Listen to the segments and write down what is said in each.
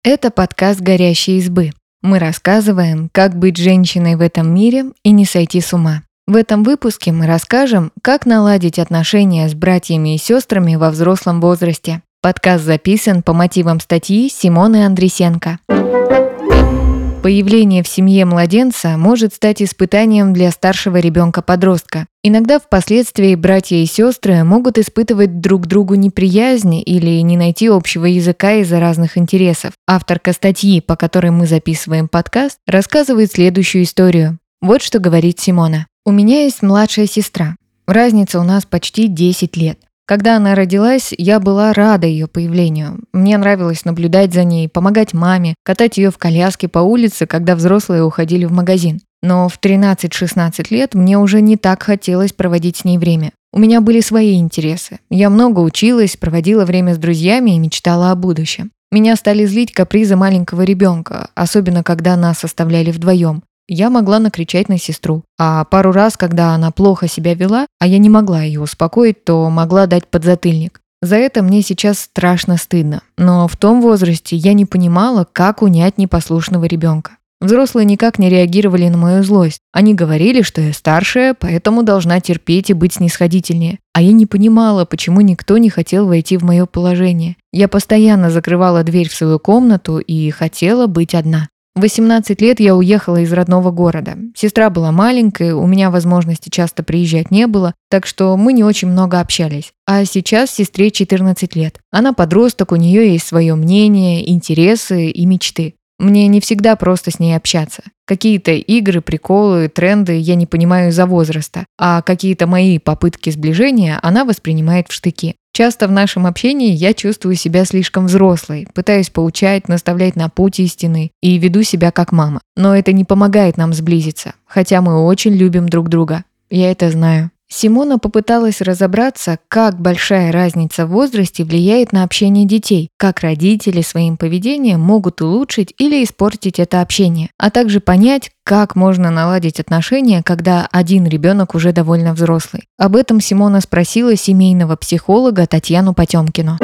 Это подкаст «Горящие избы». Мы рассказываем, как быть женщиной в этом мире и не сойти с ума. В этом выпуске мы расскажем, как наладить отношения с братьями и сестрами во взрослом возрасте. Подкаст записан по мотивам статьи Симоны Андресенко. Появление в семье младенца может стать испытанием для старшего ребенка-подростка. Иногда впоследствии братья и сестры могут испытывать друг другу неприязнь или не найти общего языка из-за разных интересов. Авторка статьи, по которой мы записываем подкаст, рассказывает следующую историю. Вот что говорит Симона. «У меня есть младшая сестра. Разница у нас почти 10 лет. Когда она родилась, я была рада ее появлению. Мне нравилось наблюдать за ней, помогать маме, катать ее в коляске по улице, когда взрослые уходили в магазин. Но в 13-16 лет мне уже не так хотелось проводить с ней время. У меня были свои интересы. Я много училась, проводила время с друзьями и мечтала о будущем. Меня стали злить капризы маленького ребенка, особенно когда нас оставляли вдвоем. Я могла накричать на сестру, а пару раз, когда она плохо себя вела, а я не могла ее успокоить, то могла дать подзатыльник. За это мне сейчас страшно стыдно, но в том возрасте я не понимала, как унять непослушного ребенка. Взрослые никак не реагировали на мою злость. Они говорили, что я старшая, поэтому должна терпеть и быть снисходительнее. А я не понимала, почему никто не хотел войти в мое положение. Я постоянно закрывала дверь в свою комнату и хотела быть одна. В 18 лет я уехала из родного города. Сестра была маленькая, у меня возможности часто приезжать не было, так что мы не очень много общались. А сейчас сестре 14 лет. Она подросток, у нее есть свое мнение, интересы и мечты. Мне не всегда просто с ней общаться. Какие-то игры, приколы, тренды я не понимаю из-за возраста, а какие-то мои попытки сближения она воспринимает в штыки. Часто в нашем общении я чувствую себя слишком взрослой, пытаюсь поучать, наставлять на путь истины и веду себя как мама. Но это не помогает нам сблизиться, хотя мы очень любим друг друга. Я это знаю. Симона попыталась разобраться, как большая разница в возрасте влияет на общение детей, как родители своим поведением могут улучшить или испортить это общение, а также понять, как можно наладить отношения, когда один ребенок уже довольно взрослый. Об этом Симона спросила семейного психолога Татьяну Потемкину.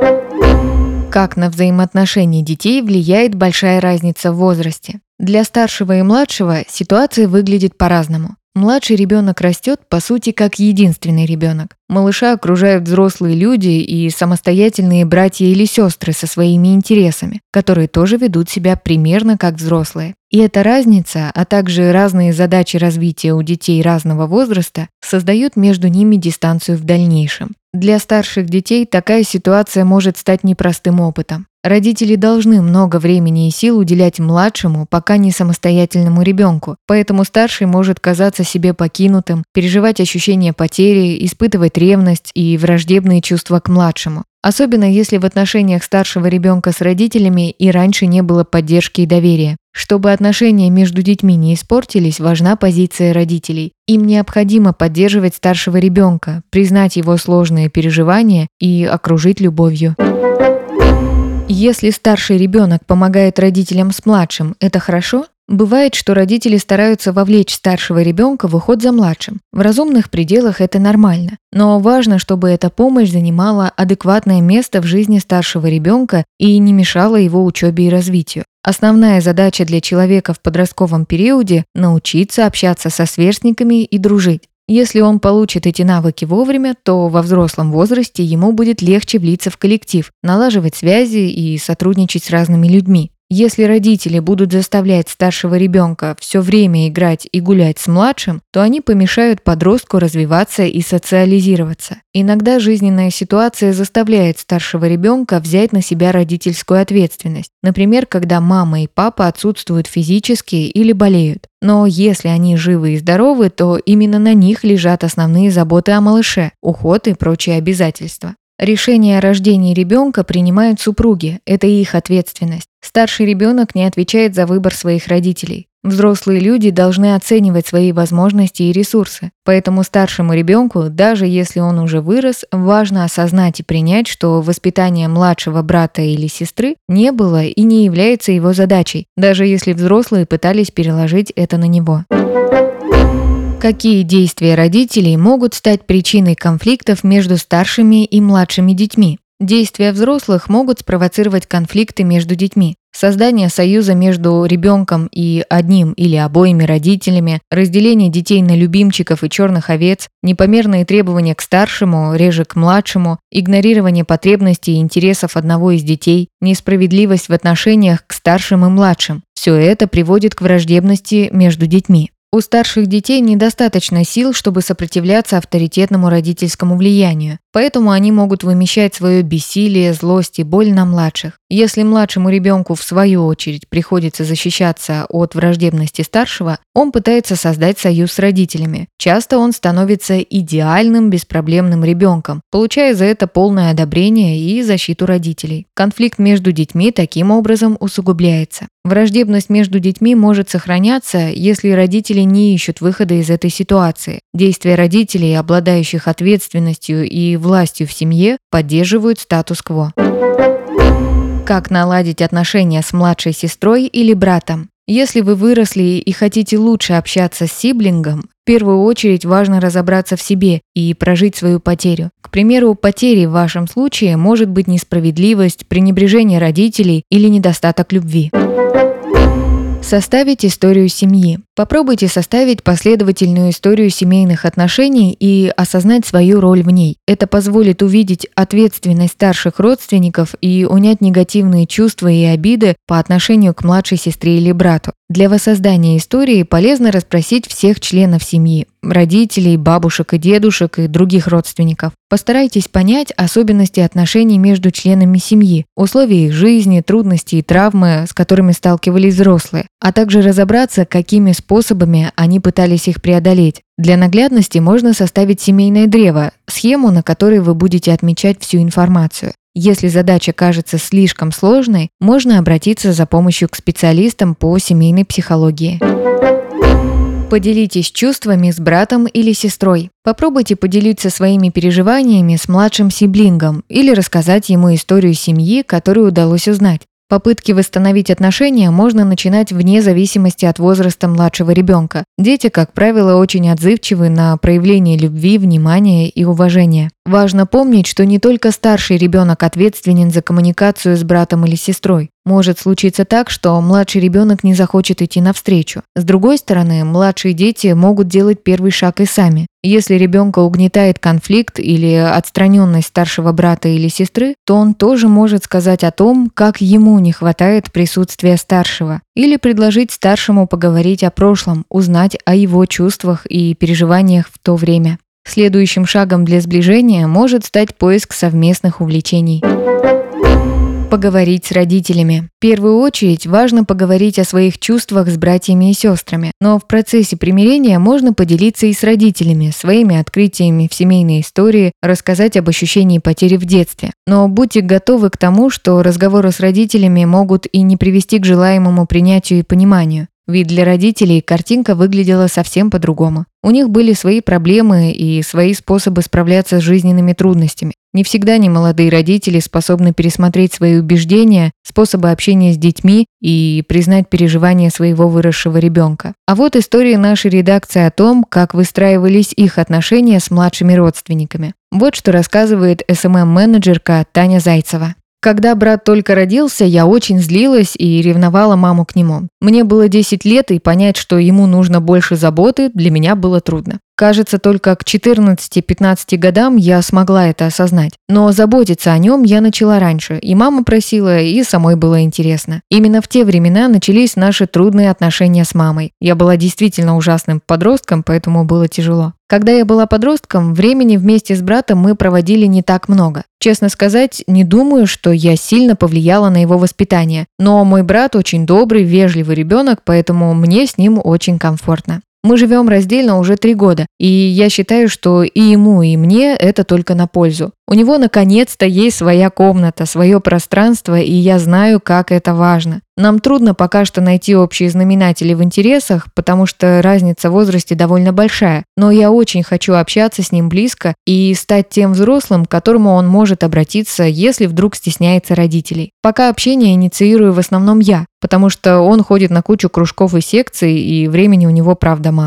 Как на взаимоотношения детей влияет большая разница в возрасте? Для старшего и младшего ситуация выглядит по-разному. Младший ребенок растет, по сути, как единственный ребенок. Малыша окружают взрослые люди и самостоятельные братья или сестры со своими интересами, которые тоже ведут себя примерно как взрослые. И эта разница, а также разные задачи развития у детей разного возраста создают между ними дистанцию в дальнейшем. Для старших детей такая ситуация может стать непростым опытом. Родители должны много времени и сил уделять младшему, пока не самостоятельному ребенку, поэтому старший может казаться себе покинутым, переживать ощущение потери, испытывать ревность и враждебные чувства к младшему. Особенно если в отношениях старшего ребенка с родителями и раньше не было поддержки и доверия. Чтобы отношения между детьми не испортились, важна позиция родителей. Им необходимо поддерживать старшего ребенка, признать его сложные переживания и окружить любовью. Если старший ребенок помогает родителям с младшим, это хорошо? Бывает, что родители стараются вовлечь старшего ребенка в уход за младшим. В разумных пределах это нормально. Но важно, чтобы эта помощь занимала адекватное место в жизни старшего ребенка и не мешала его учебе и развитию. Основная задача для человека в подростковом периоде – научиться общаться со сверстниками и дружить. Если он получит эти навыки вовремя, то во взрослом возрасте ему будет легче влиться в коллектив, налаживать связи и сотрудничать с разными людьми. Если родители будут заставлять старшего ребенка все время играть и гулять с младшим, то они помешают подростку развиваться и социализироваться. Иногда жизненная ситуация заставляет старшего ребенка взять на себя родительскую ответственность. Например, когда мама и папа отсутствуют физически или болеют. Но если они живы и здоровы, то именно на них лежат основные заботы о малыше, уход и прочие обязательства. Решение о рождении ребенка принимают супруги, это их ответственность. Старший ребенок не отвечает за выбор своих родителей. Взрослые люди должны оценивать свои возможности и ресурсы. Поэтому старшему ребенку, даже если он уже вырос, важно осознать и принять, что воспитание младшего брата или сестры не было и не является его задачей, даже если взрослые пытались переложить это на него. Какие действия родителей могут стать причиной конфликтов между старшими и младшими детьми? Действия взрослых могут спровоцировать конфликты между детьми. Создание союза между ребенком и одним или обоими родителями, разделение детей на любимчиков и черных овец, непомерные требования к старшему, реже к младшему, игнорирование потребностей и интересов одного из детей, несправедливость в отношениях к старшим и младшим – все это приводит к враждебности между детьми. У старших детей недостаточно сил, чтобы сопротивляться авторитетному родительскому влиянию, поэтому они могут вымещать свое бессилие, злость и боль на младших. Если младшему ребенку, в свою очередь, приходится защищаться от враждебности старшего, он пытается создать союз с родителями. Часто он становится идеальным, беспроблемным ребенком, получая за это полное одобрение и защиту родителей. Конфликт между детьми таким образом усугубляется. Враждебность между детьми может сохраняться, если родители не ищут выхода из этой ситуации. Действия родителей, обладающих ответственностью и властью в семье, поддерживают статус-кво. Как наладить отношения с младшей сестрой или братом? Если вы выросли и хотите лучше общаться с сиблингом, в первую очередь важно разобраться в себе и прожить свою потерю. К примеру, потерей в вашем случае может быть несправедливость, пренебрежение родителей или недостаток любви. Составить историю семьи. Попробуйте составить последовательную историю семейных отношений и осознать свою роль в ней. Это позволит увидеть ответственность старших родственников и унять негативные чувства и обиды по отношению к младшей сестре или брату. Для воссоздания истории полезно расспросить всех членов семьи – родителей, бабушек и дедушек и других родственников. Постарайтесь понять особенности отношений между членами семьи, условия их жизни, трудности и травмы, с которыми сталкивались взрослые, а также разобраться, какими способами они пытались их преодолеть. Для наглядности можно составить семейное древо, схему, на которой вы будете отмечать всю информацию. Если задача кажется слишком сложной, можно обратиться за помощью к специалистам по семейной психологии. Поделитесь чувствами с братом или сестрой. Попробуйте поделиться своими переживаниями с младшим сиблингом или рассказать ему историю семьи, которую удалось узнать. Попытки восстановить отношения можно начинать вне зависимости от возраста младшего ребенка. Дети, как правило, очень отзывчивы на проявление любви, внимания и уважения. Важно помнить, что не только старший ребенок ответственен за коммуникацию с братом или сестрой. Может случиться так, что младший ребенок не захочет идти навстречу. С другой стороны, младшие дети могут делать первый шаг и сами. Если ребенка угнетает конфликт или отстраненность старшего брата или сестры, то он тоже может сказать о том, как ему не хватает присутствия старшего. Или предложить старшему поговорить о прошлом, узнать о его чувствах и переживаниях в то время. Следующим шагом для сближения может стать поиск совместных увлечений. Поговорить с родителями. В первую очередь важно поговорить о своих чувствах с братьями и сестрами, но в процессе примирения можно поделиться и с родителями, своими открытиями в семейной истории, рассказать об ощущении потери в детстве. Но будьте готовы к тому, что разговоры с родителями могут и не привести к желаемому принятию и пониманию. Ведь для родителей картинка выглядела совсем по-другому. У них были свои проблемы и свои способы справляться с жизненными трудностями. Не всегда немолодые родители способны пересмотреть свои убеждения, способы общения с детьми и признать переживания своего выросшего ребенка. А вот история нашей редакции о том, как выстраивались их отношения с младшими родственниками. Вот что рассказывает СММ-менеджерка Таня Зайцева. Когда брат только родился, я очень злилась и ревновала маму к нему. Мне было 10 лет, и понять, что ему нужно больше заботы, для меня было трудно. Кажется, только к 14-15 годам я смогла это осознать. Но заботиться о нем я начала раньше, и мама просила, и самой было интересно. Именно в те времена начались наши трудные отношения с мамой. Я была действительно ужасным подростком, поэтому было тяжело. Когда я была подростком, времени вместе с братом мы проводили не так много. Честно сказать, не думаю, что я сильно повлияла на его воспитание. Но мой брат очень добрый, вежливый ребенок, поэтому мне с ним очень комфортно. Мы живем раздельно уже 3 года, и я считаю, что и ему, и мне это только на пользу. У него наконец-то есть своя комната, свое пространство, и я знаю, как это важно. Нам трудно пока что найти общие знаменатели в интересах, потому что разница в возрасте довольно большая, но я очень хочу общаться с ним близко и стать тем взрослым, к которому он может обратиться, если вдруг стесняется родителей. Пока общение инициирую в основном я, потому что он ходит на кучу кружков и секций, и времени у него правда мало.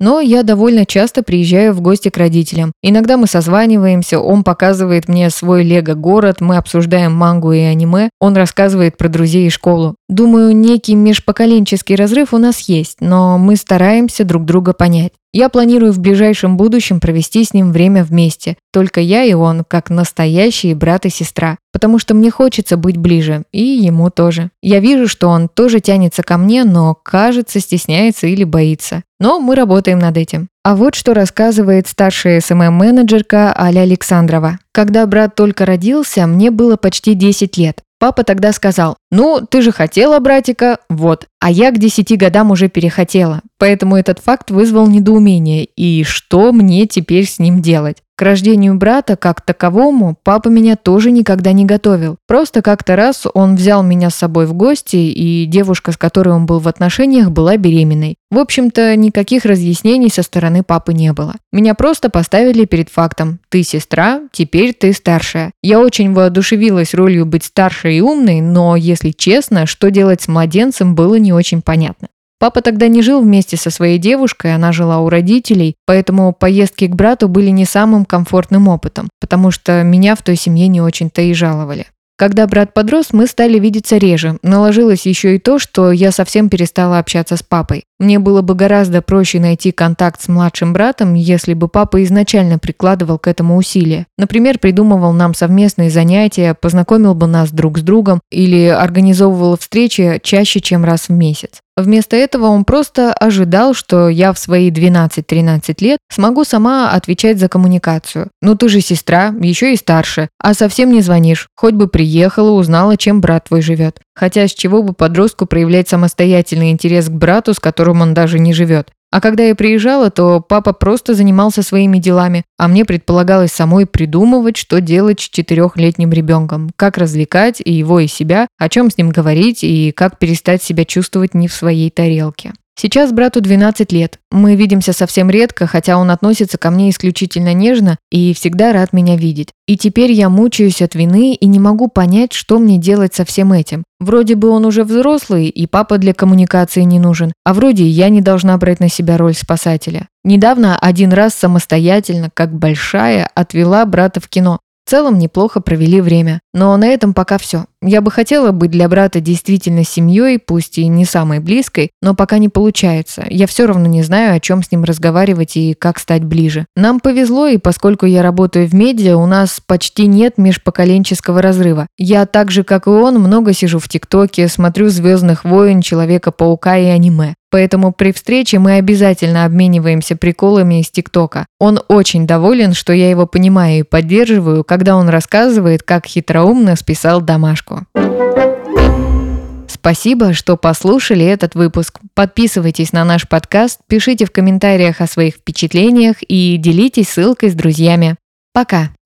Но я довольно часто приезжаю в гости к родителям. Иногда мы созваниваемся, он показывает мне свой лего-город, мы обсуждаем мангу и аниме, он рассказывает про друзей и школу. Думаю, некий межпоколенческий разрыв у нас есть, но мы стараемся друг друга понять. Я планирую в ближайшем будущем провести с ним время вместе, только я и он, как настоящие брат и сестра, потому что мне хочется быть ближе, и ему тоже. Я вижу, что он тоже тянется ко мне, но, кажется, стесняется или боится. Но мы работаем над этим. А вот что рассказывает старшая СММ-менеджерка Аля Александрова. Когда брат только родился, мне было почти 10 лет. Папа тогда сказал: «Ну, ты же хотела братика, вот». А я к 10 годам уже перехотела. Поэтому этот факт вызвал недоумение. И что мне теперь с ним делать? К рождению брата как таковому папа меня тоже никогда не готовил. Просто как-то раз он взял меня с собой в гости, и девушка, с которой он был в отношениях, была беременной. В общем-то, никаких разъяснений со стороны папы не было. Меня просто поставили перед фактом: ты сестра, теперь ты старшая. Я очень воодушевилась ролью быть старшей и умной, но, если честно, что делать с младенцем, было не очень понятно. Папа тогда не жил вместе со своей девушкой, она жила у родителей, поэтому поездки к брату были не самым комфортным опытом, потому что меня в той семье не очень-то и жаловали. Когда брат подрос, мы стали видеться реже. Наложилось еще и то, что я совсем перестала общаться с папой. Мне было бы гораздо проще найти контакт с младшим братом, если бы папа изначально прикладывал к этому усилия. Например, придумывал нам совместные занятия, познакомил бы нас друг с другом или организовывал встречи чаще, чем раз в месяц. Вместо этого он просто ожидал, что я в свои 12-13 лет смогу сама отвечать за коммуникацию. «Ну ты же сестра, еще и старше, а совсем не звонишь. Хоть бы приехала, узнала, чем брат твой живет». Хотя с чего бы подростку проявлять самостоятельный интерес к брату, с которым он даже не живет? А когда я приезжала, то папа просто занимался своими делами, а мне предполагалось самой придумывать, что делать с 4-летним ребенком, как развлекать и его, и себя, о чем с ним говорить и как перестать себя чувствовать не в своей тарелке. Сейчас брату 12 лет. Мы видимся совсем редко, хотя он относится ко мне исключительно нежно и всегда рад меня видеть. И теперь я мучаюсь от вины и не могу понять, что мне делать со всем этим. Вроде бы он уже взрослый, и папа для коммуникации не нужен, а вроде я не должна брать на себя роль спасателя. Недавно один раз самостоятельно, как большая, отвела брата в кино. В целом неплохо провели время, но на этом пока все. Я бы хотела быть для брата действительно семьей, пусть и не самой близкой, но пока не получается. Я все равно не знаю, о чем с ним разговаривать и как стать ближе. Нам повезло, и поскольку я работаю в медиа, у нас почти нет межпоколенческого разрыва. Я так же, как и он, много сижу в ТикТоке, смотрю «Звездных войн», «Человека-паука» и аниме. Поэтому при встрече мы обязательно обмениваемся приколами из ТикТока. Он очень доволен, что я его понимаю и поддерживаю, когда он рассказывает, как хитроумно списал домашку. Спасибо, что послушали этот выпуск. Подписывайтесь на наш подкаст, пишите в комментариях о своих впечатлениях и делитесь ссылкой с друзьями. Пока!